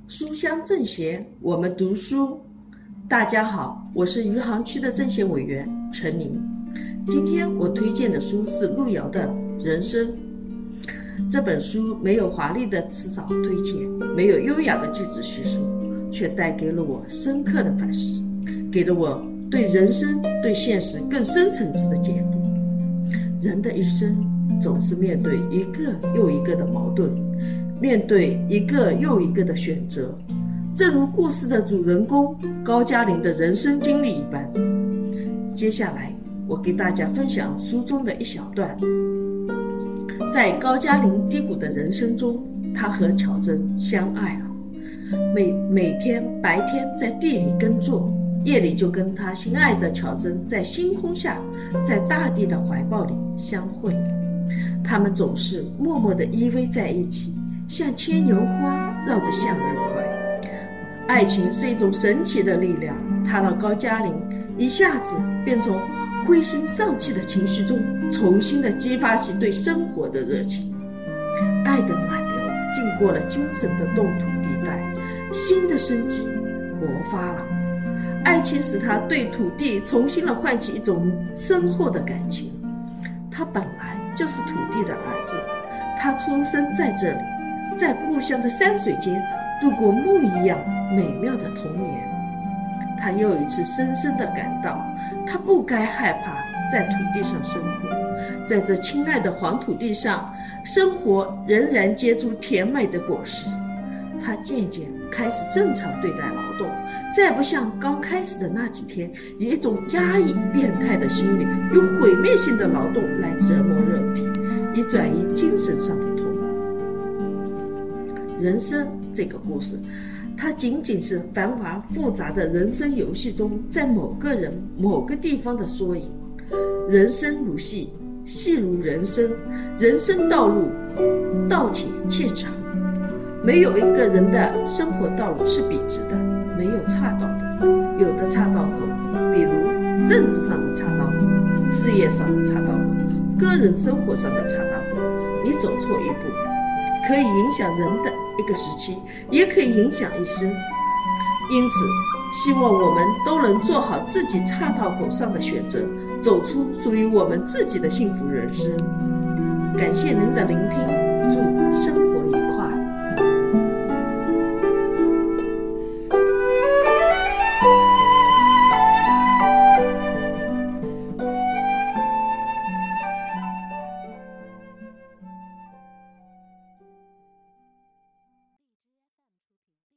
书香政协，我们读书。大家好，我是余杭区的政协委员陈宁。今天我推荐的书是路遥的《人生》。这本书没有华丽的辞藻推荐，没有优雅的句子叙述，却带给了我深刻的反思，给了我对人生、对现实更深层次的解读。人的一生总是面对一个又一个的矛盾，面对一个又一个的选择，正如故事的主人公高加林的人生经历一般。接下来我给大家分享书中的一小段。在高加林低谷的人生中，他和巧珍相爱了，每天白天在地里耕作，夜里就跟他心爱的巧珍在星空下，在大地的怀抱里相会。他们总是默默地依偎在一起，像牵牛花绕着向日葵。爱情是一种神奇的力量，它让高加林一下子便从灰心丧气的情绪中重新的激发起对生活的热情。爱的暖流经过了精神的冻土地带，新的生机勃发了。爱情使他对土地重新的唤起一种深厚的感情。他本来就是土地的儿子，他出生在这里，在故乡的山水间度过梦一样美妙的童年。他又一次深深地感到，他不该害怕在土地上生活，在这亲爱的黄土地上，生活仍然结出甜美的果实。他渐渐开始正常对待劳动，再不像刚开始的那几天，以一种压抑变态的心理，用毁灭性的劳动来折磨肉体，以转移精神上的痛苦。人生这个故事，它仅仅是繁华复杂的人生游戏中在某个人某个地方的缩影。人生如戏，戏如人生，人生道路道且且长。没有一个人的生活道路是笔直的，没有岔道的。有的岔道口，比如政治上的岔道口，事业上的岔道口，个人生活上的岔道口，你走错一步，可以影响人的一个时期，也可以影响一生。因此希望我们都能做好自己岔道口上的选择，走出属于我们自己的幸福人生。感谢您的聆听，祝生活